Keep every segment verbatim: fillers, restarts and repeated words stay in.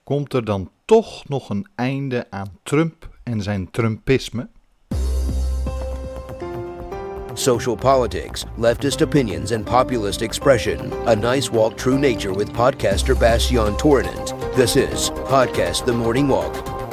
komt er dan toch nog een einde aan Trump en zijn Trumpisme? Social politics, leftist opinions, and populist expression. A nice walk through nature with podcaster Bastiaan Torenent. This is Podcast The Morning Walk.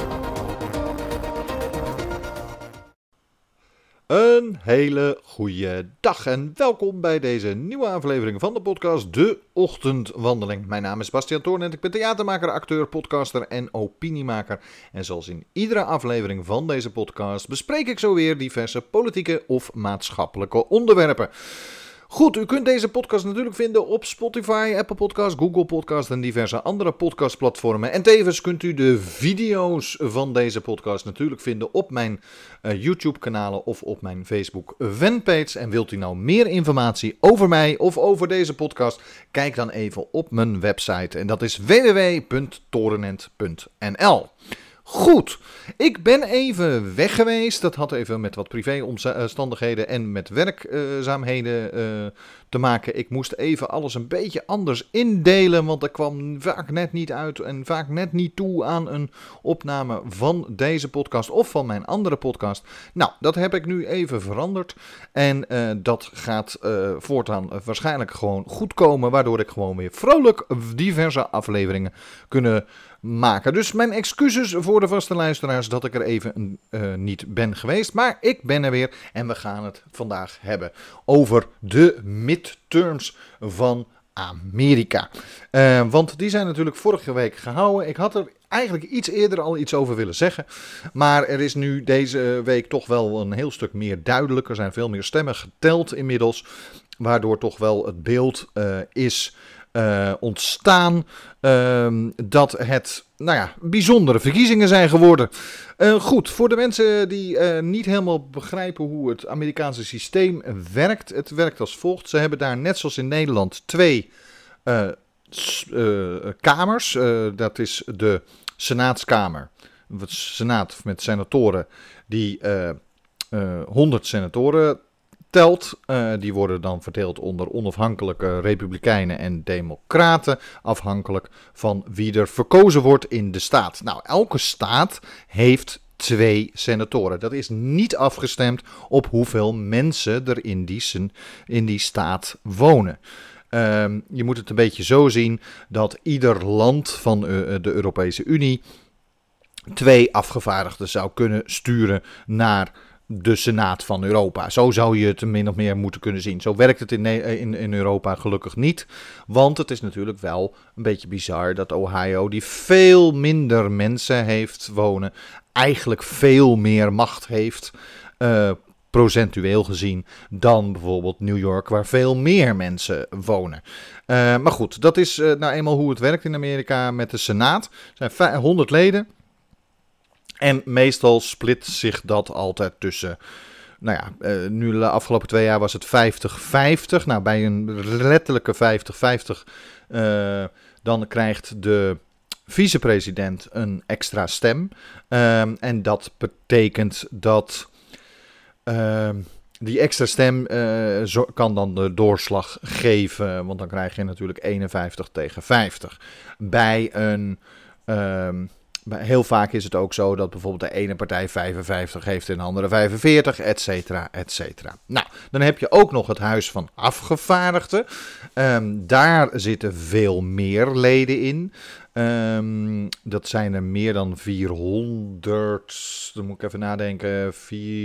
Een hele goede dag en welkom bij deze nieuwe aflevering van de podcast De Ochtendwandeling. Mijn naam is Bastiaan Torenent, ik ben theatermaker, acteur, podcaster en opiniemaker. En zoals in iedere aflevering van deze podcast bespreek ik zo weer diverse politieke of maatschappelijke onderwerpen. Goed, u kunt deze podcast natuurlijk vinden op Spotify, Apple Podcasts, Google Podcasts en diverse andere podcastplatformen. En tevens kunt u de video's van deze podcast natuurlijk vinden op mijn uh, YouTube-kanalen of op mijn Facebook-fanpage. En wilt u nou meer informatie over mij of over deze podcast, kijk dan even op mijn website. En dat is w w w punt torenent punt n l. Goed, ik ben even weg geweest. Dat had even met wat privéomstandigheden en met werkzaamheden uh, te maken. Ik moest even alles een beetje anders indelen, want ik kwam vaak net niet uit en vaak net niet toe aan een opname van deze podcast of van mijn andere podcast. Nou, dat heb ik nu even veranderd en uh, dat gaat uh, voortaan uh, waarschijnlijk gewoon goed komen, waardoor ik gewoon weer vrolijk diverse afleveringen kunnen maken. Dus mijn excuses voor de vaste luisteraars dat ik er even uh, niet ben geweest. Maar ik ben er weer en we gaan het vandaag hebben over de midterms van Amerika. Uh, want die zijn natuurlijk vorige week gehouden. Ik had er eigenlijk iets eerder al iets over willen zeggen. Maar er is nu deze week toch wel een heel stuk meer duidelijk. Er zijn veel meer stemmen geteld inmiddels. Waardoor toch wel het beeld uh, is Uh, ontstaan uh, dat het, nou ja, bijzondere verkiezingen zijn geworden. Uh, goed, voor de mensen die uh, niet helemaal begrijpen hoe het Amerikaanse systeem werkt. Het werkt als volgt. Ze hebben daar net zoals in Nederland twee uh, s- uh, kamers. Uh, dat is de Senaatskamer. De Senaat met senatoren die uh, uh, honderd senatoren telt. Uh, die worden dan verdeeld onder onafhankelijke republikeinen en democraten, afhankelijk van wie er verkozen wordt in de staat. Nou, elke staat heeft twee senatoren. Dat is niet afgestemd op hoeveel mensen er in die, sen- in die staat wonen. Uh, je moet het een beetje zo zien dat ieder land van uh, de Europese Unie twee afgevaardigden zou kunnen sturen naar de Senaat van Europa. Zo zou je het min of meer moeten kunnen zien. Zo werkt het in, in, in Europa gelukkig niet. Want het is natuurlijk wel een beetje bizar dat Ohio, die veel minder mensen heeft wonen, eigenlijk veel meer macht heeft, uh, procentueel gezien, dan bijvoorbeeld New York, waar veel meer mensen wonen. Uh, maar goed, dat is uh, nou eenmaal hoe het werkt in Amerika met de Senaat. Er zijn honderd leden. En meestal split zich dat altijd tussen, nou ja, uh, nu de afgelopen twee jaar was het vijftig vijftig. Nou, bij een letterlijke vijftig vijftig, uh, dan krijgt de vicepresident een extra stem. Uh, en dat betekent dat uh, die extra stem uh, zo, kan dan de doorslag geven, want dan krijg je natuurlijk eenenvijftig tegen vijftig. Bij een Uh, Heel vaak is het ook zo dat bijvoorbeeld de ene partij vijfenvijftig heeft en de andere vijfenveertig, et cetera, et cetera. Nou, dan heb je ook nog het Huis van Afgevaardigden. Um, daar zitten veel meer leden in. Um, dat zijn er meer dan vierhonderd, dan moet ik even nadenken,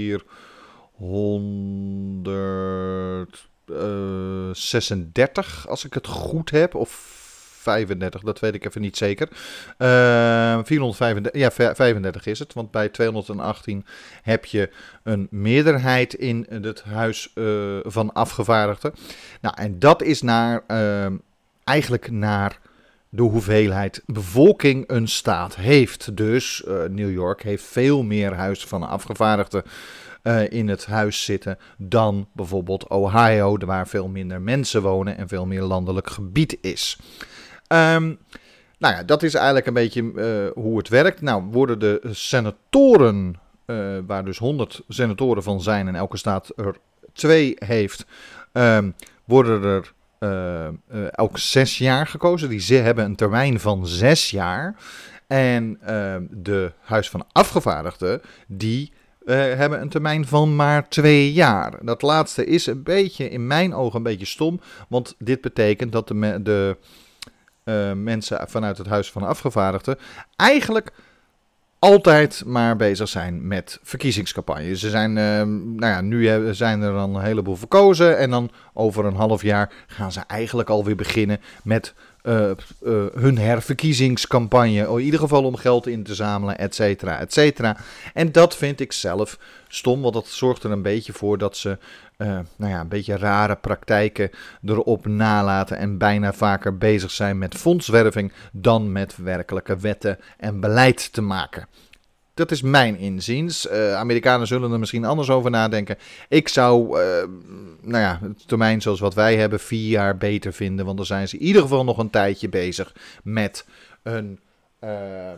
vierhonderdzesendertig als ik het goed heb, of vijfendertig, dat weet ik even niet zeker. Uh, vierhonderdvijfendertig, ja, vijfendertig is het, want bij tweehonderdachttien heb je een meerderheid in het Huis uh, van Afgevaardigden. Nou, en dat is naar, uh, eigenlijk naar de hoeveelheid bevolking een staat heeft. Dus uh, New York heeft veel meer Huis van Afgevaardigden Uh, in het huis zitten dan bijvoorbeeld Ohio, waar veel minder mensen wonen en veel meer landelijk gebied is. Um, nou ja, dat is eigenlijk een beetje uh, hoe het werkt. Nou, worden de senatoren, uh, waar dus honderd senatoren van zijn en elke staat er twee heeft, um, worden er uh, uh, elk zes jaar gekozen. Die ze hebben een termijn van zes jaar. En uh, de Huis van Afgevaardigden, die uh, hebben een termijn van maar twee jaar. Dat laatste is een beetje, in mijn ogen, een beetje stom. Want dit betekent dat de, me- de uh, mensen vanuit het Huis van Afgevaardigden eigenlijk altijd maar bezig zijn met verkiezingscampagne. Ze zijn, uh, nou ja, nu zijn er dan een heleboel verkozen en dan over een half jaar gaan ze eigenlijk alweer beginnen met uh, uh, hun herverkiezingscampagne. In ieder geval om geld in te zamelen, et cetera, et cetera. En dat vind ik zelf stom, want dat zorgt er een beetje voor dat ze Uh, nou ja, een beetje rare praktijken erop nalaten en bijna vaker bezig zijn met fondswerving dan met werkelijke wetten en beleid te maken. Dat is mijn inziens. Uh, Amerikanen zullen er misschien anders over nadenken. Ik zou, uh, nou ja, het termijn zoals wat wij hebben, vier jaar beter vinden, want dan zijn ze in ieder geval nog een tijdje bezig met een, uh,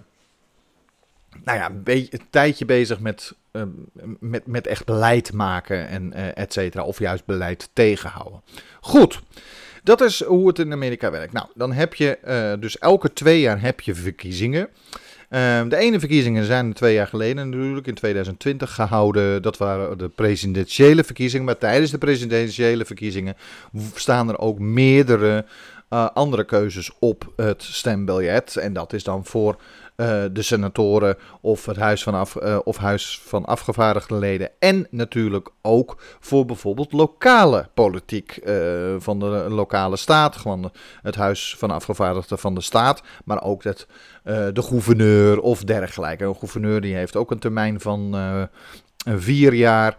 nou ja, een, beetje, een tijdje bezig met Uh, met, met echt beleid maken en uh, et cetera, of juist beleid tegenhouden. Goed, dat is hoe het in Amerika werkt. Nou, dan heb je uh, dus elke twee jaar heb je verkiezingen. Uh, de ene verkiezingen zijn twee jaar geleden natuurlijk, in tweeduizend twintig gehouden. Dat waren de presidentiële verkiezingen, maar tijdens de presidentiële verkiezingen staan er ook meerdere uh, andere keuzes op het stembiljet. En dat is dan voor Uh, de senatoren of het huis van, af, uh, of huis van afgevaardigde leden. En natuurlijk ook voor bijvoorbeeld lokale politiek uh, van de lokale staat. Gewoon het huis van afgevaardigden van de staat. Maar ook het, uh, de gouverneur of dergelijke. Een gouverneur die heeft ook een termijn van uh, vier jaar.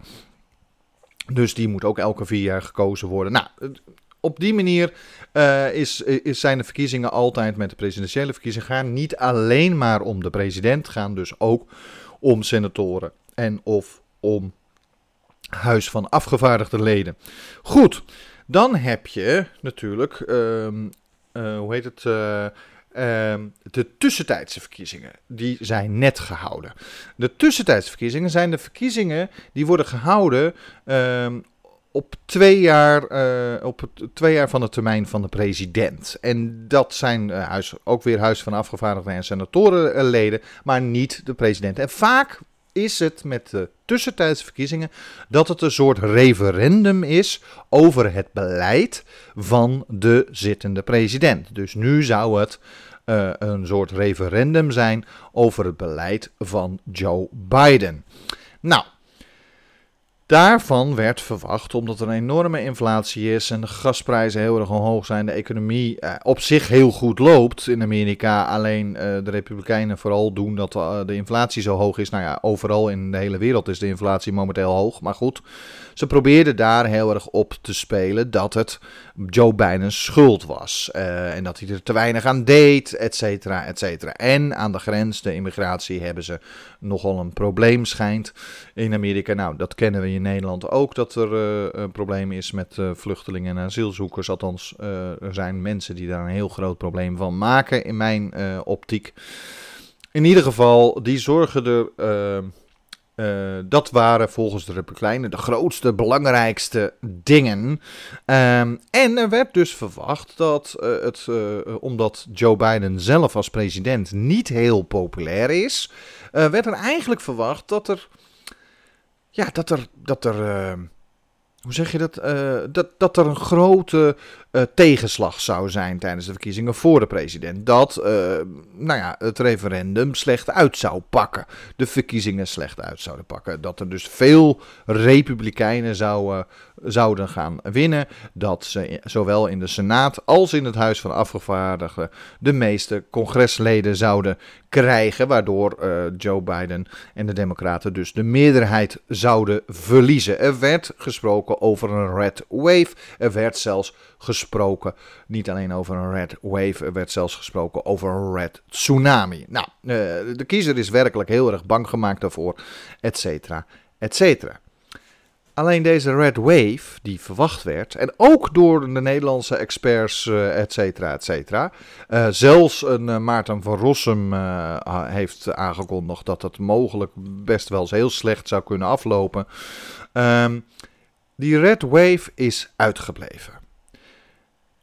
Dus die moet ook elke vier jaar gekozen worden. Nou, op die manier uh, is, is, zijn de verkiezingen altijd met de presidentiële verkiezingen gaan. Niet alleen maar om de president, gaan dus ook om senatoren en of om huis van afgevaardigde leden. Goed, dan heb je natuurlijk, uh, uh, hoe heet het, uh, uh, de tussentijdse verkiezingen. Die zijn net gehouden. De tussentijdse verkiezingen zijn de verkiezingen die worden gehouden Uh, Op twee, jaar, uh, op het, twee jaar van de termijn van de president. En dat zijn uh, huis, ook weer huis van afgevaardigden en senatorenleden, maar niet de president. En vaak is het met de tussentijdse verkiezingen dat het een soort referendum is over het beleid van de zittende president. Dus nu zou het uh, een soort referendum zijn over het beleid van Joe Biden. Nou, daarvan werd verwacht, omdat er een enorme inflatie is en de gasprijzen heel erg hoog zijn, de economie eh, op zich heel goed loopt in Amerika, alleen eh, de Republikeinen vooral doen dat uh, de inflatie zo hoog is. Nou ja, overal in de hele wereld is de inflatie momenteel hoog, maar goed. Ze probeerden daar heel erg op te spelen dat het Joe Biden's schuld was. Uh, en dat hij er te weinig aan deed, et cetera, et cetera. En aan de grens, de immigratie, hebben ze nogal een probleem schijnt in Amerika. Nou, dat kennen we in Nederland ook, dat er uh, een probleem is met uh, vluchtelingen en asielzoekers. Althans, uh, er zijn mensen die daar een heel groot probleem van maken in mijn uh, optiek. In ieder geval, die zorgen er Uh, Uh, dat waren volgens de Republikeinen de grootste, belangrijkste dingen. Um, en er werd dus verwacht dat, uh, het, uh, omdat Joe Biden zelf als president niet heel populair is, uh, werd er eigenlijk verwacht dat er, ja, dat er, dat er, uh, hoe zeg je dat, uh, dat, dat er een grote uh, tegenslag zou zijn tijdens de verkiezingen voor de president. Dat uh, nou ja, het referendum slecht uit zou pakken. De verkiezingen slecht uit zouden pakken. Dat er dus veel Republikeinen zouden, zouden gaan winnen. Dat ze zowel in de Senaat als in het Huis van Afgevaardigden de meeste congresleden zouden krijgen. Waardoor uh, Joe Biden en de Democraten dus de meerderheid zouden verliezen. Er werd gesproken over een red wave. Er werd zelfs gesproken, niet alleen over een red wave, er werd zelfs gesproken over een red tsunami. Nou, uh, de kiezer is werkelijk heel erg bang gemaakt daarvoor, et cetera, et cetera. Alleen deze red wave, die verwacht werd, en ook door de Nederlandse experts, uh, et cetera, et cetera. Uh, zelfs een uh, Maarten van Rossum uh, heeft aangekondigd dat het mogelijk best wel eens heel slecht zou kunnen aflopen. Um, die red wave is uitgebleven.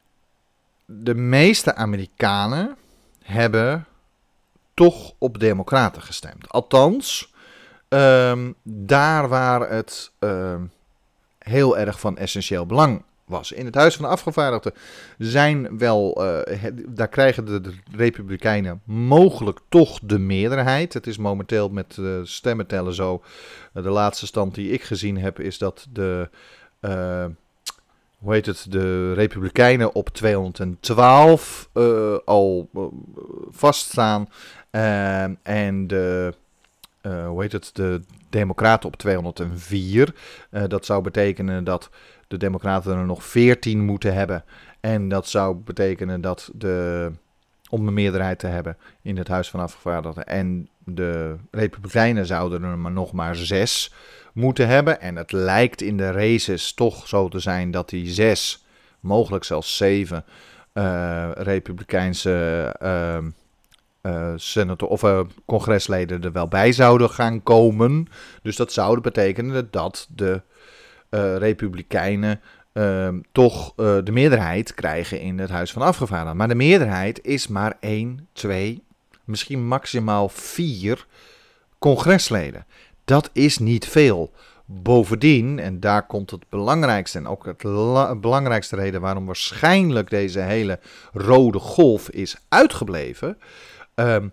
de meeste Amerikanen hebben toch op democraten gestemd. Althans, um, daar waar het um, heel erg van essentieel belang was. In het Huis van de Afgevaardigden zijn wel, uh, daar krijgen de, de Republikeinen mogelijk toch de meerderheid. Het is momenteel met uh, stemmen tellen zo. Uh, de laatste stand die ik gezien heb is dat de, uh, hoe heet het, de Republikeinen op tweehonderdtwaalf uh, al uh, vaststaan. Uh, en de, uh, hoe heet het, de Democraten op tweehonderdvier. Uh, dat zou betekenen dat de Democraten er nog veertien moeten hebben. En dat zou betekenen dat de, om een meerderheid te hebben in het Huis van Afgevaardigden. En de Republikeinen zouden er maar nog maar zes moeten hebben. En het lijkt in de races toch zo te zijn dat die zes, mogelijk zelfs zeven, uh, Republikeinse uh, uh, senator of uh, congresleden er wel bij zouden gaan komen. Dus dat zou betekenen dat de Uh, Republikeinen uh, toch uh, de meerderheid krijgen in het Huis van Afgevaardigden. Maar de meerderheid is maar één, twee, misschien maximaal vier congresleden. Dat is niet veel. Bovendien, en daar komt het belangrijkste en ook het la- belangrijkste reden waarom waarschijnlijk deze hele rode golf is uitgebleven. Um,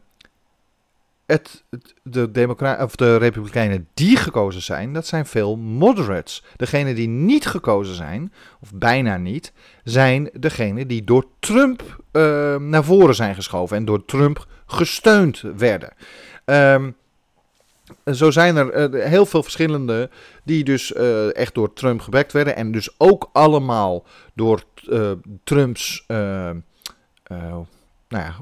Het, de, democra- of de Republikeinen die gekozen zijn, dat zijn veel moderates. Degenen die niet gekozen zijn, of bijna niet, zijn degenen die door Trump uh, naar voren zijn geschoven en door Trump gesteund werden. Um, zo zijn er uh, heel veel verschillende die dus uh, echt door Trump gebackt werden en dus ook allemaal door uh, Trumps Uh, uh, nou ja,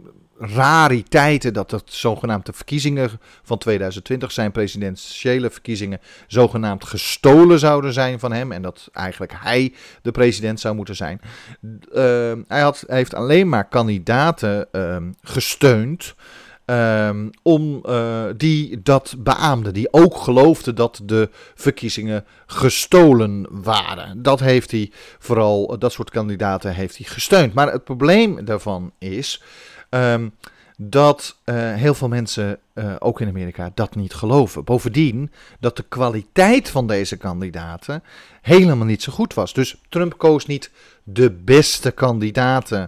rariteiten dat het zogenaamd de verkiezingen van tweeduizend twintig, zijn presidentiële verkiezingen, zogenaamd gestolen zouden zijn van hem en dat eigenlijk hij de president zou moeten zijn. Uh, hij, had, hij heeft alleen maar kandidaten uh, gesteund Um, om uh, die dat beaamden, die ook geloofden dat de verkiezingen gestolen waren. Dat heeft hij vooral, dat soort kandidaten heeft hij gesteund. Maar het probleem daarvan is um, dat uh, heel veel mensen, uh, ook in Amerika, dat niet geloven. Bovendien dat de kwaliteit van deze kandidaten helemaal niet zo goed was. Dus Trump koos niet de beste kandidaten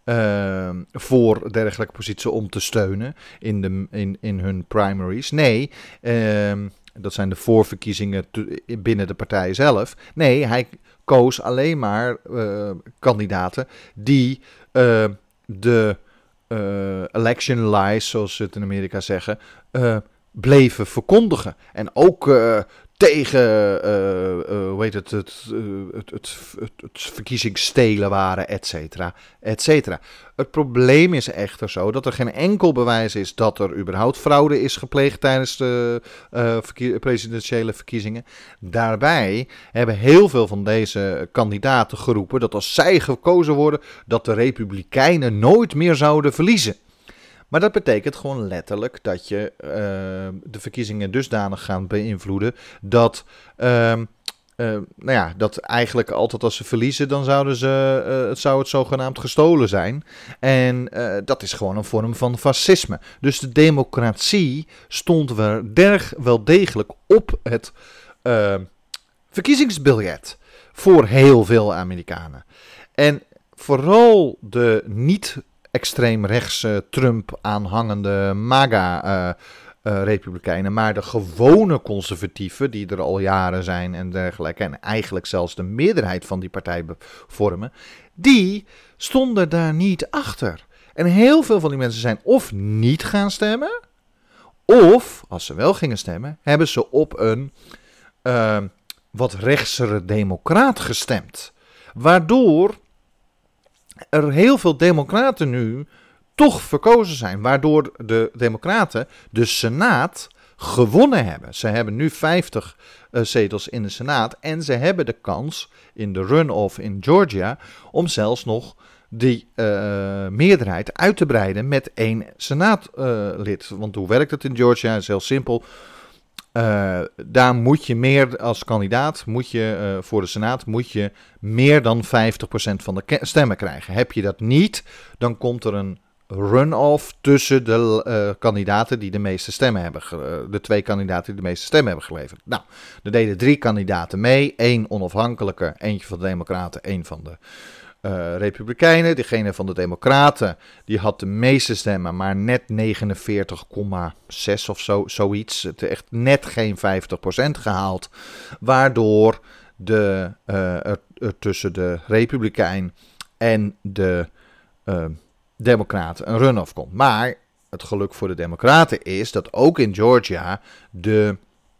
Uh, voor dergelijke posities om te steunen in, de, in, in hun primaries. Nee, uh, dat zijn de voorverkiezingen te, binnen de partij zelf. Nee, hij koos alleen maar uh, kandidaten die uh, de uh, election lies, zoals ze het in Amerika zeggen, uh, bleven verkondigen. En ook Uh, tegen, uh, uh, hoe heet het, het, uh, het, het, het, het verkiezingsstelen waren, et cetera, et cetera. Het probleem is echter zo dat er geen enkel bewijs is dat er überhaupt fraude is gepleegd tijdens de uh, verkie- presidentiële verkiezingen. Daarbij hebben heel veel van deze kandidaten geroepen dat als zij gekozen worden, dat de Republikeinen nooit meer zouden verliezen. Maar dat betekent gewoon letterlijk dat je uh, de verkiezingen dusdanig gaan beïnvloeden dat, uh, uh, nou ja, dat eigenlijk altijd als ze verliezen, dan zouden ze, uh, het zou het zogenaamd gestolen zijn. En uh, dat is gewoon een vorm van fascisme. Dus de democratie stond wel, derg, wel degelijk op het uh, verkiezingsbiljet voor heel veel Amerikanen. En vooral de niet extreemrechtse Trump aanhangende MAGA-republikeinen, uh, uh, maar de gewone conservatieven die er al jaren zijn en dergelijke, en eigenlijk zelfs de meerderheid van die partij vormen, die stonden daar niet achter. En heel veel van die mensen zijn of niet gaan stemmen, of, als ze wel gingen stemmen, hebben ze op een uh, wat rechtsere democraat gestemd. Waardoor er heel veel democraten nu toch verkozen zijn, waardoor de democraten de Senaat gewonnen hebben. Ze hebben nu vijftig uh, zetels in de Senaat en ze hebben de kans in de runoff in Georgia om zelfs nog die uh, meerderheid uit te breiden met één Senaatlid. Uh, Want hoe werkt het in Georgia? Het is heel simpel. Uh, daar moet je meer als kandidaat, moet je uh, voor de Senaat, moet je meer dan vijftig procent van de ke- stemmen krijgen. Heb je dat niet, dan komt er een run-off tussen de uh, kandidaten die de meeste stemmen hebben, ge- de twee kandidaten die de meeste stemmen hebben geleverd. Nou, er deden drie kandidaten mee, één onafhankelijke, eentje van de Democraten, één van de uh, Republikeinen. Degene van de Democraten, die had de meeste stemmen, maar net negenenveertig komma zes of zo, zoiets. Het echt net geen vijftig procent gehaald, waardoor de, uh, er, er tussen de Republikein en de uh, Democraten een run-off komt. Maar het geluk voor de Democraten is dat ook in Georgia de,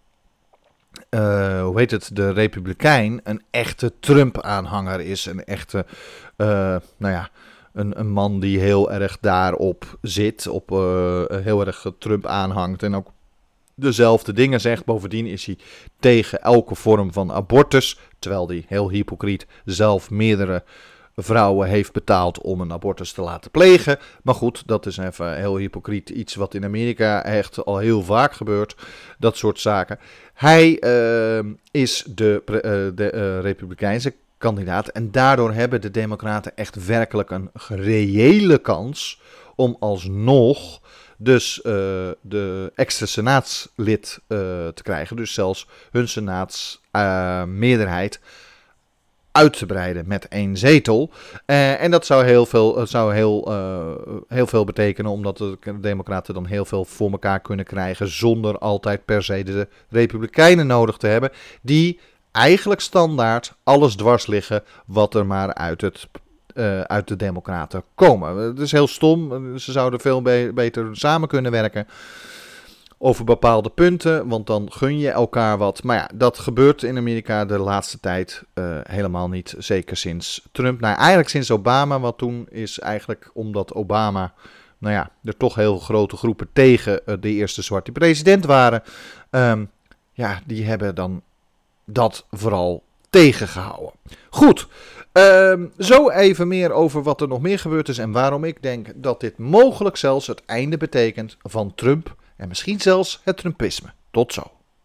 uh, hoe heet het, de Republikein een echte Trump-aanhanger is. Een echte, uh, nou ja, een, een man die heel erg daarop zit, op uh, heel erg Trump aanhangt en ook dezelfde dingen zegt. Bovendien is hij tegen elke vorm van abortus, terwijl hij heel hypocriet zelf meerdere vrouwen heeft betaald om een abortus te laten plegen. Maar goed, dat is even heel hypocriet. Iets wat in Amerika echt al heel vaak gebeurt. Dat soort zaken. Hij uh, is de, uh, de uh, Republikeinse kandidaat. En daardoor hebben de Democraten echt werkelijk een reële kans om alsnog dus uh, de extra senaatslid uh, te krijgen. Dus zelfs hun senaatsmeerderheid uh, uit te breiden met één zetel. Uh, en dat zou heel veel, zou heel, uh, heel veel betekenen, omdat de Democraten dan heel veel voor elkaar kunnen krijgen, zonder altijd per se de Republikeinen nodig te hebben, die eigenlijk standaard alles dwars liggen wat er maar uit, het, uh, uit de Democraten komen. Het is heel stom, ze zouden veel be- beter samen kunnen werken over bepaalde punten, want dan gun je elkaar wat. Maar ja, dat gebeurt in Amerika de laatste tijd uh, helemaal niet. Zeker sinds Trump. Nou, eigenlijk sinds Obama, wat toen is eigenlijk omdat Obama, nou ja, er toch heel grote groepen tegen uh, de eerste zwarte president waren. Um, ja, die hebben dan dat vooral tegengehouden. Goed, um, zo even meer over wat er nog meer gebeurd is en waarom ik denk dat dit mogelijk zelfs het einde betekent van Trump. En misschien zelfs het Trumpisme. Tot zo.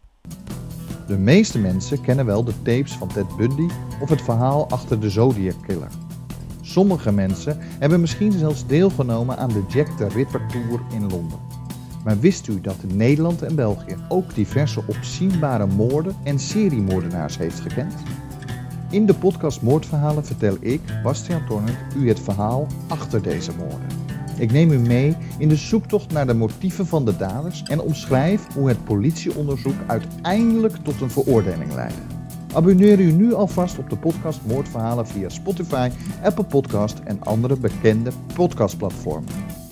De meeste mensen kennen wel de tapes van Ted Bundy of het verhaal achter de Zodiac Killer. Sommige mensen hebben misschien zelfs deelgenomen aan de Jack the Ripper Tour in Londen. Maar wist u dat Nederland en België ook diverse opzienbare moorden en seriemoordenaars heeft gekend? In de podcast Moordverhalen vertel ik, Bastiaan Tornert, u het verhaal achter deze moorden. Ik neem u mee in de zoektocht naar de motieven van de daders en omschrijf hoe het politieonderzoek uiteindelijk tot een veroordeling leidde. Abonneer u nu alvast op de podcast Moordverhalen via Spotify, Apple Podcast en andere bekende podcastplatformen.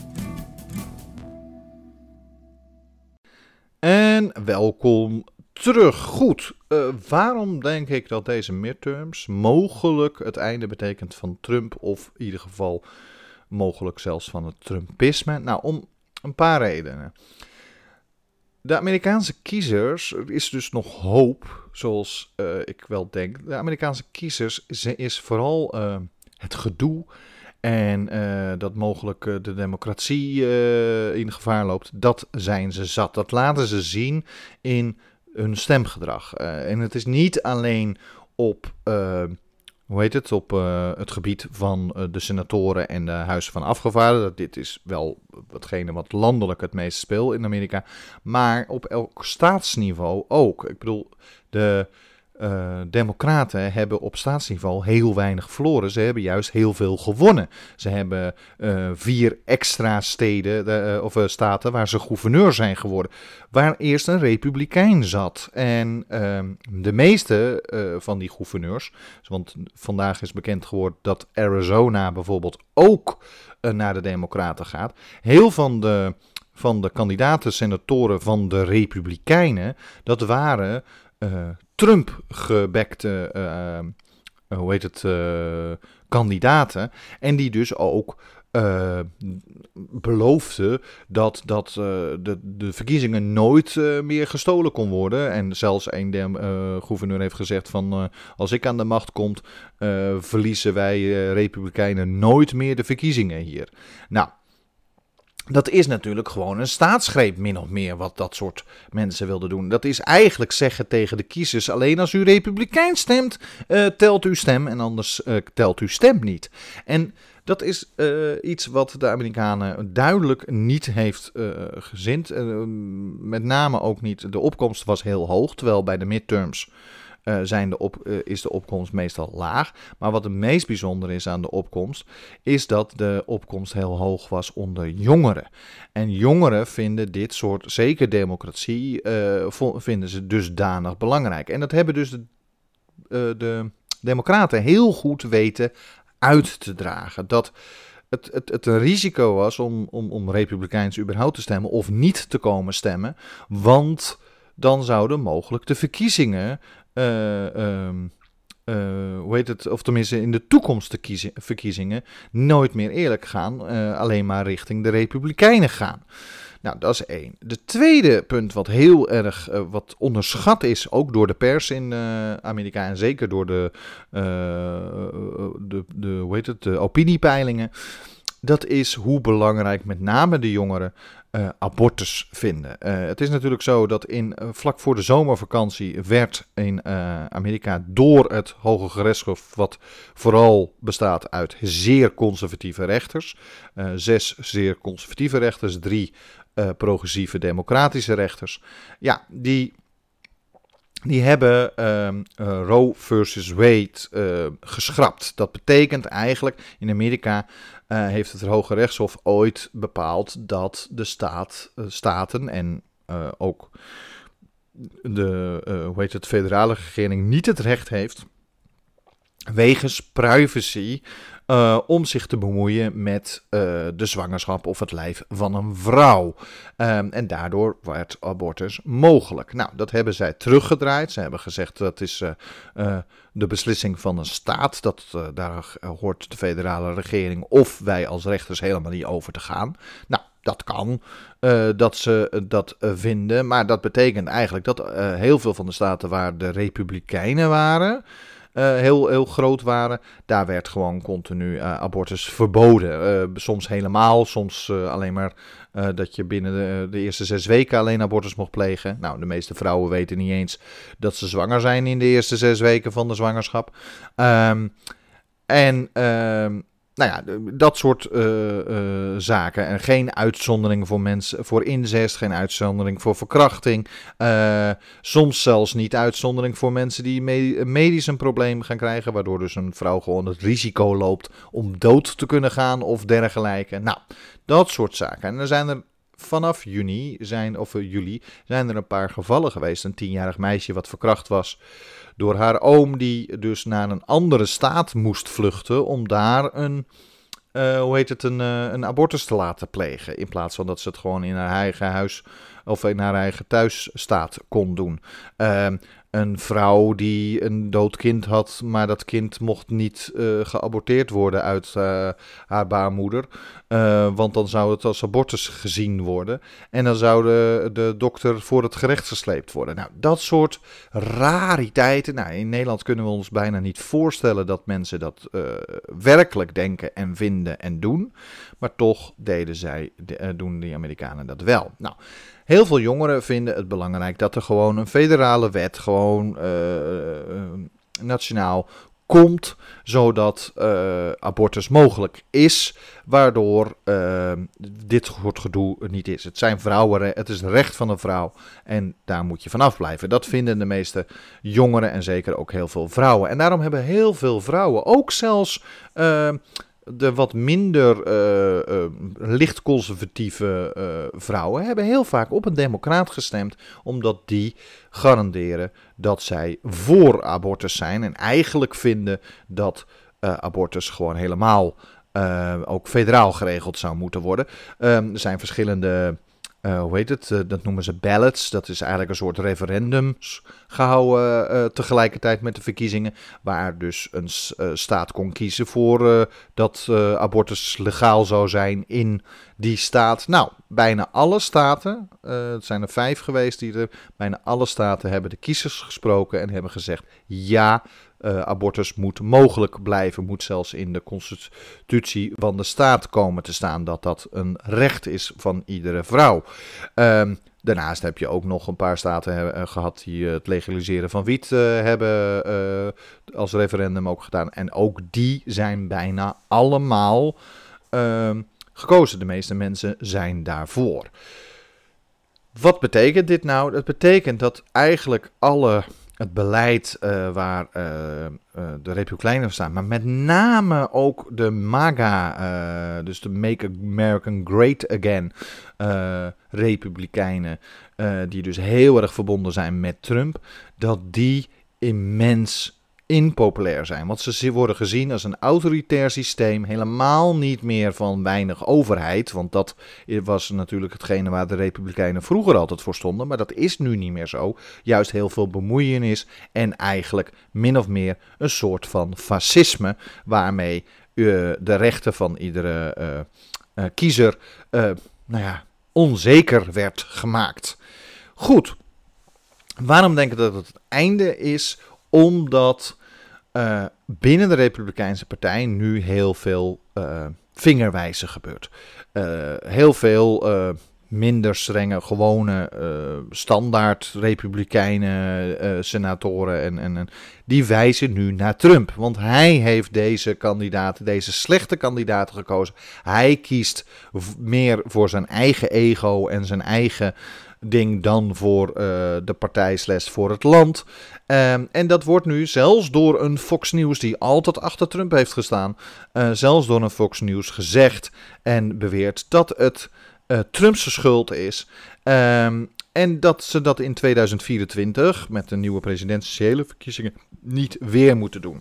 En welkom terug. Goed, uh, waarom denk ik dat deze midterms mogelijk het einde betekent van Trump of in ieder geval mogelijk zelfs van het Trumpisme? Nou, om een paar redenen. De Amerikaanse kiezers, er is dus nog hoop, zoals uh, ik wel denk. De Amerikaanse kiezers is, is vooral uh, het gedoe en uh, dat mogelijk uh, de democratie uh, in gevaar loopt. Dat zijn ze zat. Dat laten ze zien in hun stemgedrag. Uh, en het is niet alleen op Uh, Hoe heet het? Op uh, het gebied van uh, de senatoren en de huizen van afgevaardigden. Dit is wel hetgene wat landelijk het meest speelt in Amerika. Maar op elk staatsniveau ook. Ik bedoel, de uh, democraten hebben op staatsniveau heel weinig verloren. Ze hebben juist heel veel gewonnen. Ze hebben uh, vier extra steden uh, of uh, staten waar ze gouverneur zijn geworden. Waar eerst een republikein zat. En uh, de meeste uh, van die gouverneurs, want vandaag is bekend geworden dat Arizona bijvoorbeeld ook uh, naar de democraten gaat. Heel van de, van de kandidaten, senatoren van de republikeinen, dat waren Uh, Trump-gebekte uh, uh, hoe heet het, uh, kandidaten. En die dus ook uh, beloofden dat, dat uh, de, de verkiezingen nooit uh, meer gestolen kon worden. En zelfs een de, uh, gouverneur heeft gezegd van Uh, als ik aan de macht kom, uh, verliezen wij uh, republikeinen nooit meer de verkiezingen hier. Nou, Dat is natuurlijk gewoon een staatsgreep, min of meer, wat dat soort mensen wilden doen. Dat is eigenlijk zeggen tegen de kiezers, alleen als u republikein stemt, uh, telt uw stem en anders uh, telt uw stem niet. En dat is uh, iets wat de Amerikanen duidelijk niet heeft uh, gezind. Uh, met name ook niet, de opkomst was heel hoog, terwijl bij de midterms Uh, zijn de op, uh, is de opkomst meestal laag. Maar wat het meest bijzonder is aan de opkomst, is dat de opkomst heel hoog was onder jongeren. En jongeren vinden dit soort, zeker democratie, uh, vinden ze dusdanig belangrijk. En dat hebben dus de, uh, de democraten heel goed weten uit te dragen. Dat het, het, het een risico was om, om, om republikeins überhaupt te stemmen of niet te komen stemmen, want dan zouden mogelijk de verkiezingen Uh, um, uh, hoe heet het, of tenminste in de toekomst de kiezen, verkiezingen nooit meer eerlijk gaan, uh, alleen maar richting de Republikeinen gaan. Nou, dat is één. De tweede punt wat heel erg uh, wat onderschat is, ook door de pers in uh, Amerika en zeker door de, uh, de, de, hoe heet het, de opiniepeilingen, dat is hoe belangrijk met name de jongeren Uh, abortus vinden. Uh, het is natuurlijk zo dat in, uh, vlak voor de zomervakantie werd in uh, Amerika door het Hoge Gerechtshof, wat vooral bestaat uit zeer conservatieve rechters, uh, zes zeer conservatieve rechters, drie uh, progressieve democratische rechters, ja, die... Die hebben uh, uh, Roe versus Wade uh, geschrapt. Dat betekent eigenlijk, in Amerika uh, heeft het Hoge Rechtshof ooit bepaald dat de staat, uh, staten en uh, ook de uh, hoe heet het, federale regering niet het recht heeft, wegens privacy, Uh, om zich te bemoeien met uh, de zwangerschap of het lijf van een vrouw. Um, en daardoor werd abortus mogelijk. Nou, dat hebben zij teruggedraaid. Ze hebben gezegd dat is uh, uh, de beslissing van een staat. Dat, uh, daar hoort de federale regering of wij als rechters helemaal niet over te gaan. Nou, dat kan, uh, dat ze dat uh, vinden. Maar dat betekent eigenlijk dat uh, heel veel van de staten waar de republikeinen waren, Uh, heel, heel groot waren, daar werd gewoon continu uh, abortus verboden. Uh, soms helemaal, soms uh, alleen maar uh, dat je binnen de, de eerste zes weken alleen abortus mocht plegen. Nou, de meeste vrouwen weten niet eens dat ze zwanger zijn in de eerste zes weken van de zwangerschap. Um, en... Um, Nou ja, dat soort uh, uh, zaken. En geen uitzondering voor mensen, voor incest, geen uitzondering voor verkrachting. Uh, soms zelfs niet uitzondering voor mensen die me- medisch een probleem gaan krijgen, waardoor dus een vrouw gewoon het risico loopt om dood te kunnen gaan of dergelijke. Nou, dat soort zaken. En er zijn er vanaf juni, zijn, of uh, juli, zijn er een paar gevallen geweest. Een tienjarig meisje wat verkracht was door haar oom, die dus naar een andere staat moest vluchten om daar een, uh, hoe heet het, een, uh, een abortus te laten plegen. In plaats van dat ze het gewoon in haar eigen huis of in haar eigen thuisstaat kon doen. Uh, een vrouw die een dood kind had, maar dat kind mocht niet uh, geaborteerd worden uit uh, haar baarmoeder. Uh, want dan zou het als abortus gezien worden. En dan zou de, de dokter voor het gerecht gesleept worden. Nou, dat soort rariteiten. Nou, in Nederland kunnen we ons bijna niet voorstellen dat mensen dat uh, werkelijk denken en vinden en doen. Maar toch deden zij, de, uh, doen die Amerikanen dat wel. Nou, heel veel jongeren vinden het belangrijk dat er gewoon een federale wet, gewoon uh, uh, nationaal komt, zodat uh, abortus mogelijk is, waardoor uh, dit soort gedoe niet is. Het zijn vrouwen, het is het recht van een vrouw en daar moet je vanaf blijven. Dat vinden de meeste jongeren en zeker ook heel veel vrouwen. En daarom hebben heel veel vrouwen, ook zelfs Uh, de wat minder uh, uh, licht conservatieve uh, vrouwen hebben heel vaak op een democraat gestemd, omdat die garanderen dat zij voor abortus zijn en eigenlijk vinden dat uh, abortus gewoon helemaal uh, ook federaal geregeld zou moeten worden. Um, er zijn verschillende, uh, hoe heet het, uh, dat noemen ze ballots. Dat is eigenlijk een soort referendums gehouden uh, tegelijkertijd met de verkiezingen, waar dus een uh, staat kon kiezen voor uh, dat uh, abortus legaal zou zijn in die staat. Nou, bijna alle staten, uh, het zijn er vijf geweest, die er, bijna alle staten hebben de kiezers gesproken en hebben gezegd, ja, uh, abortus moet mogelijk blijven, moet zelfs in de constitutie van de staat komen te staan, dat dat een recht is van iedere vrouw. Um, Daarnaast heb je ook nog een paar staten uh, gehad die uh, het legaliseren van wiet uh, hebben uh, als referendum ook gedaan. En ook die zijn bijna allemaal uh, gekozen. De meeste mensen zijn daarvoor. Wat betekent dit nou? Het betekent dat eigenlijk alle het beleid uh, waar uh, uh, de Republikeinen staan, maar met name ook de MAGA, uh, dus de Make America Great Again uh, Republikeinen, uh, die dus heel erg verbonden zijn met Trump, dat die immens impopulair zijn. Want ze worden gezien als een autoritair systeem, helemaal niet meer van weinig overheid, want dat was natuurlijk hetgene waar de Republikeinen vroeger altijd voor stonden, maar dat is nu niet meer zo. Juist heel veel bemoeienis en eigenlijk min of meer een soort van fascisme, waarmee uh, de rechten van iedere uh, uh, kiezer uh, nou ja, onzeker werd gemaakt. Goed, waarom denk ik dat het het einde is? Omdat uh, binnen de Republikeinse Partij nu heel veel uh, vingerwijzen gebeurt. Uh, heel veel uh, minder strenge, gewone, uh, standaard Republikeinen, uh, senatoren en, en, en die wijzen nu naar Trump. Want hij heeft deze kandidaten, deze slechte kandidaten gekozen. Hij kiest v- meer voor zijn eigen ego en zijn eigen ding dan voor uh, de partij slash voor het land. Um, en dat wordt nu zelfs door een Fox News die altijd achter Trump heeft gestaan, uh, zelfs door een Fox News gezegd en beweerd dat het uh, Trumps schuld is. Um, en dat ze dat in tweeduizend vierentwintig met de nieuwe presidentiële verkiezingen niet weer moeten doen.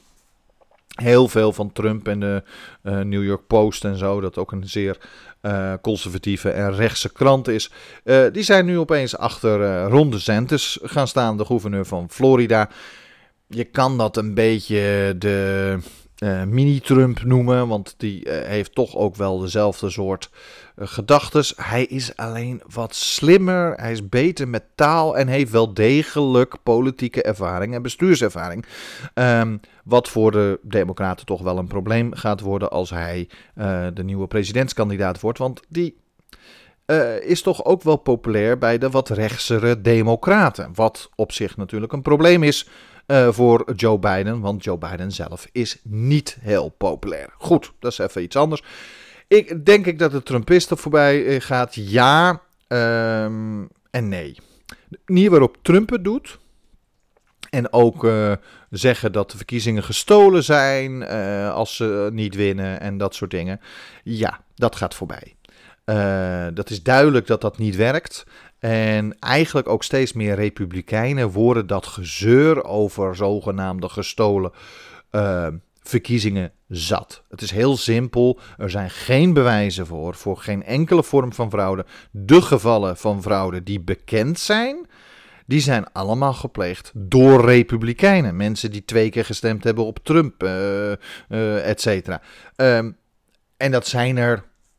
Heel veel van Trump en de uh, New York Post en zo, dat ook een zeer uh, conservatieve en rechtse krant is, uh, die zijn nu opeens achter uh, Ron DeSantis gaan staan, de gouverneur van Florida. Je kan dat een beetje de uh, mini-Trump noemen, want die uh, heeft toch ook wel dezelfde soort uh, gedachtes. Hij is alleen wat slimmer, hij is beter met taal en heeft wel degelijk politieke ervaring en bestuurservaring. Um, Wat voor de Democraten toch wel een probleem gaat worden als hij uh, de nieuwe presidentskandidaat wordt. Want die uh, is toch ook wel populair bij de wat rechtsere Democraten. Wat op zich natuurlijk een probleem is uh, voor Joe Biden. Want Joe Biden zelf is niet heel populair. Goed, dat is even iets anders. Ik denk ik dat de Trumpisten voorbij gaat. Ja um, en nee. De manier waarop Trump het doet. En ook uh, zeggen dat de verkiezingen gestolen zijn uh, als ze niet winnen en dat soort dingen. Ja, dat gaat voorbij. Uh, dat is duidelijk dat dat niet werkt. En eigenlijk ook steeds meer Republikeinen worden dat gezeur over zogenaamde gestolen uh, verkiezingen zat. Het is heel simpel. Er zijn geen bewijzen voor, voor geen enkele vorm van fraude. De gevallen van fraude die bekend zijn, die zijn allemaal gepleegd door Republikeinen. Mensen die twee keer gestemd hebben op Trump, uh, uh, et cetera. Um, en dat zijn er,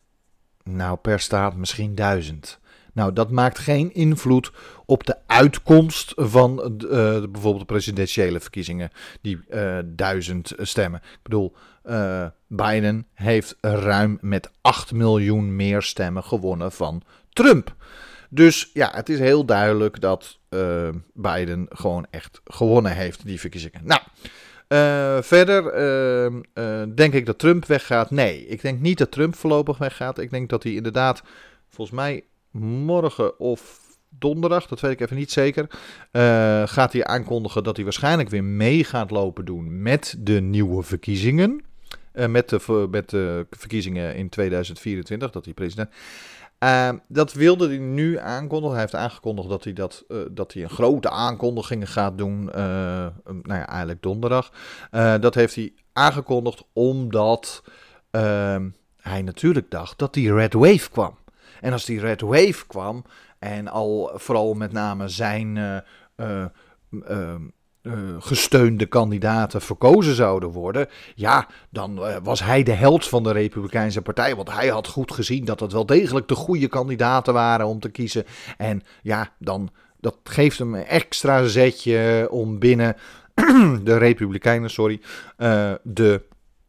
nou per staat misschien duizend. Nou, dat maakt geen invloed op de uitkomst van uh, de, bijvoorbeeld de presidentiële verkiezingen. Die uh, duizend stemmen. Ik bedoel, uh, Biden heeft ruim met acht miljoen meer stemmen gewonnen van Trump. Dus ja, het is heel duidelijk dat uh, Biden gewoon echt gewonnen heeft, die verkiezingen. Nou, uh, verder uh, uh, denk ik dat Trump weggaat. Nee, ik denk niet dat Trump voorlopig weggaat. Ik denk dat hij inderdaad, volgens mij morgen of donderdag, dat weet ik even niet zeker, uh, gaat hij aankondigen dat hij waarschijnlijk weer mee gaat lopen doen met de nieuwe verkiezingen. Uh, met, de, met de verkiezingen in tweeduizend vierentwintig, dat hij president. Uh, dat wilde hij nu aankondigen. Hij heeft aangekondigd dat hij, dat, uh, dat hij een grote aankondiging gaat doen. Uh, nou ja, eigenlijk donderdag. Uh, dat heeft hij aangekondigd omdat uh, hij natuurlijk dacht dat die Red Wave kwam. En als die Red Wave kwam en al vooral met name zijn uh, uh, uh, uh, gesteunde kandidaten verkozen zouden worden, ja, dan uh, was hij de held van de Republikeinse Partij. Want hij had goed gezien dat het wel degelijk de goede kandidaten waren om te kiezen. En ja, dan dat geeft hem een extra zetje om binnen de Republikeinen, sorry, uh, de,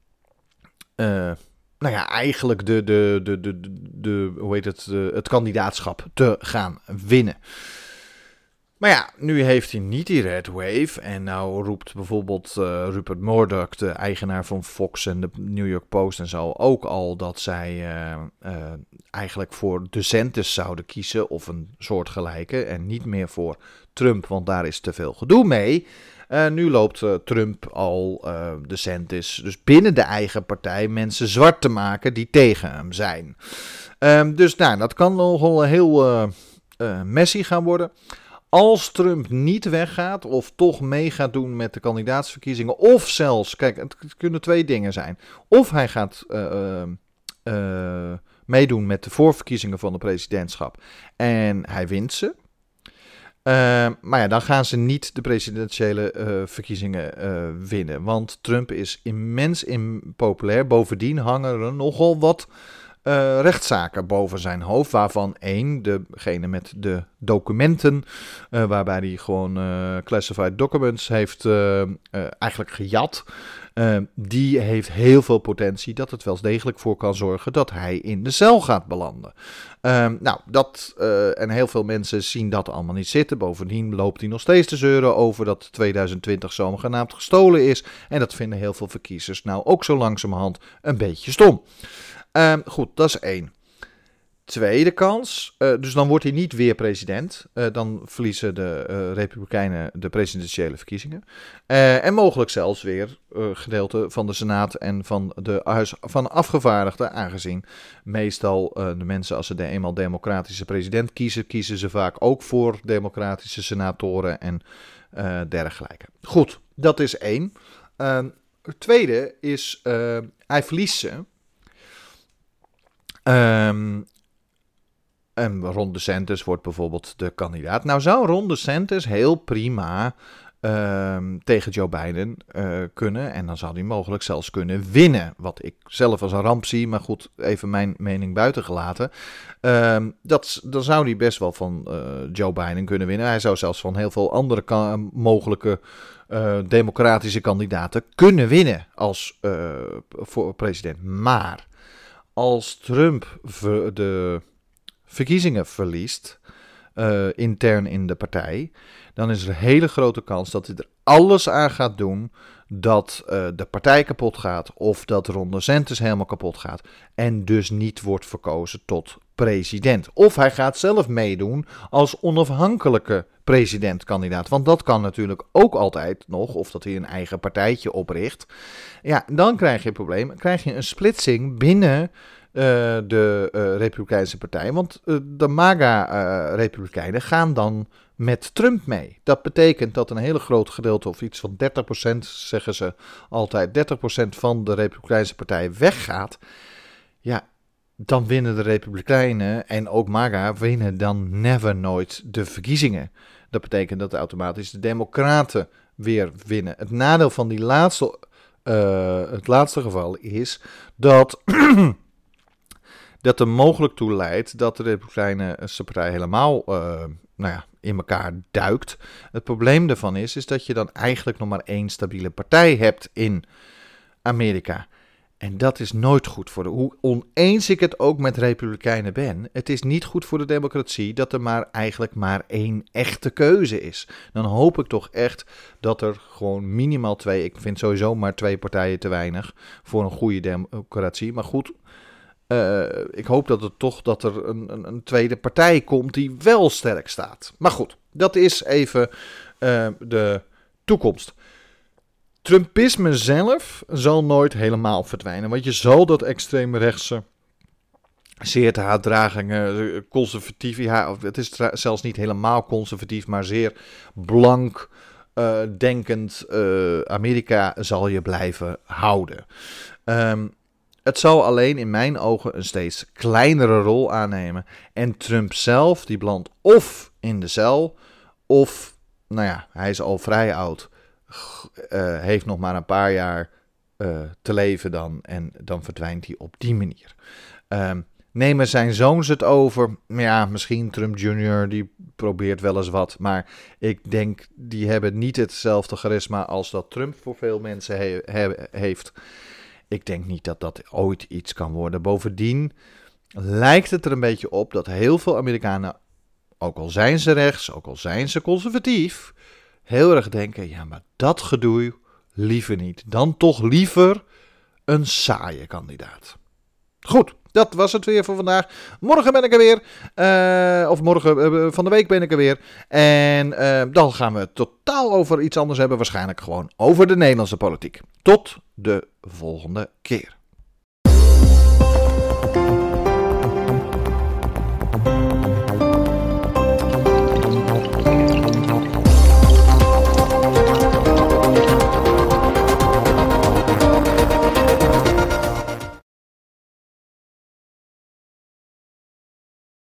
uh, nou ja, eigenlijk de, de, de, de, de, de hoe heet het, de, het kandidaatschap te gaan winnen. Maar ja, nu heeft hij niet die red wave. En nou roept bijvoorbeeld uh, Rupert Murdoch, de eigenaar van Fox en de New York Post en zo, ook al dat zij uh, uh, eigenlijk voor DeSantis zouden kiezen of een soortgelijke en niet meer voor Trump, want daar is te veel gedoe mee. Uh, nu loopt uh, Trump al uh, DeSantis, dus binnen de eigen partij, mensen zwart te maken die tegen hem zijn. Um, dus nou, dat kan nogal heel uh, uh, messy gaan worden. Als Trump niet weggaat of toch mee gaat doen met de kandidaatsverkiezingen, of zelfs, kijk, het kunnen twee dingen zijn. Of hij gaat uh, uh, meedoen met de voorverkiezingen van de presidentschap en hij wint ze. Uh, maar ja, dan gaan ze niet de presidentiële uh, verkiezingen uh, winnen, want Trump is immens impopulair. Bovendien hangen er nogal wat Uh, rechtszaken boven zijn hoofd, waarvan één, degene met de documenten, uh, waarbij hij gewoon uh, classified documents heeft uh, uh, eigenlijk gejat, uh, die heeft heel veel potentie dat het wel degelijk voor kan zorgen dat hij in de cel gaat belanden. Uh, nou, dat, uh, en heel veel mensen zien dat allemaal niet zitten. Bovendien loopt hij nog steeds te zeuren over dat twintig twintig zogenaamd gestolen is, en dat vinden heel veel verkiezers nou ook zo langzamerhand een beetje stom. Uh, goed, dat is één. Tweede kans, uh, dus dan wordt hij niet weer president. Uh, dan verliezen de uh, Republikeinen de presidentiële verkiezingen. Uh, en mogelijk zelfs weer uh, gedeelte van de Senaat en van de Huis van Afgevaardigden. Aangezien meestal uh, de mensen, als ze de eenmaal democratische president kiezen, kiezen ze vaak ook voor democratische senatoren en uh, dergelijke. Goed, dat is één. Uh, het tweede is, uh, hij verliest ze. Um, en Ron DeSantis wordt bijvoorbeeld de kandidaat. Nou zou Ron DeSantis heel prima um, tegen Joe Biden uh, kunnen. En dan zou hij mogelijk zelfs kunnen winnen. Wat ik zelf als een ramp zie. Maar goed, even mijn mening buiten gelaten. Um, dat, dan zou hij best wel van uh, Joe Biden kunnen winnen. Hij zou zelfs van heel veel andere ka- mogelijke uh, democratische kandidaten kunnen winnen als uh, voor president. Maar als Trump de verkiezingen verliest, uh, intern in de partij, dan is er een hele grote kans dat hij er alles aan gaat doen dat uh, de partij kapot gaat of dat Ron DeSantis helemaal kapot gaat en dus niet wordt verkozen tot president. Of hij gaat zelf meedoen als onafhankelijke presidentkandidaat, want dat kan natuurlijk ook altijd nog, of dat hij een eigen partijtje opricht. Ja, dan krijg je een probleem, dan krijg je een splitsing binnen Uh, de uh, Republikeinse partij, want uh, de MAGA-Republikeinen uh, gaan dan met Trump mee. Dat betekent dat een hele groot gedeelte, of iets van dertig procent, zeggen ze altijd, dertig procent van de Republikeinse partij weggaat. Ja, dan winnen de Republikeinen en ook MAGA winnen dan never nooit de verkiezingen. Dat betekent dat automatisch de Democraten weer winnen. Het nadeel van die laatste, uh, het laatste geval is dat dat er mogelijk toe leidt dat de Republikeinse partij helemaal uh, nou ja, in elkaar duikt. Het probleem daarvan is, is dat je dan eigenlijk nog maar één stabiele partij hebt in Amerika. En dat is nooit goed voor de... Hoe oneens ik het ook met Republikeinen ben, het is niet goed voor de democratie dat er maar eigenlijk maar één echte keuze is. Dan hoop ik toch echt dat er gewoon minimaal twee... Ik vind sowieso maar twee partijen te weinig voor een goede democratie. Maar goed, Uh, ik hoop dat het toch dat er een, een, een tweede partij komt die wel sterk staat. Maar goed, dat is even uh, de toekomst. Trumpisme zelf zal nooit helemaal verdwijnen. Want je zal dat extreemrechtse, zeer te haatdragingen, conservatief, ja, het is tra- zelfs niet helemaal conservatief, maar zeer blank uh, denkend uh, Amerika zal je blijven houden. Um, Het zal alleen in mijn ogen een steeds kleinere rol aannemen. En Trump zelf, die belandt of in de cel, of, nou ja, hij is al vrij oud, uh, heeft nog maar een paar jaar uh, te leven dan, en dan verdwijnt hij op die manier. Um, nemen zijn zoons het over? Ja, misschien Trump junior, die probeert wel eens wat. Maar ik denk, die hebben niet hetzelfde charisma als dat Trump voor veel mensen he- he- heeft. Ik denk niet dat dat ooit iets kan worden. Bovendien lijkt het er een beetje op dat heel veel Amerikanen, ook al zijn ze rechts, ook al zijn ze conservatief, heel erg denken, ja, maar dat gedoe liever niet. Dan toch liever een saaie kandidaat. Goed, dat was het weer voor vandaag. Morgen ben ik er weer. Uh, of morgen uh, van de week ben ik er weer. En uh, dan gaan we het totaal over iets anders hebben. Waarschijnlijk gewoon over de Nederlandse politiek. Tot de volgende keer.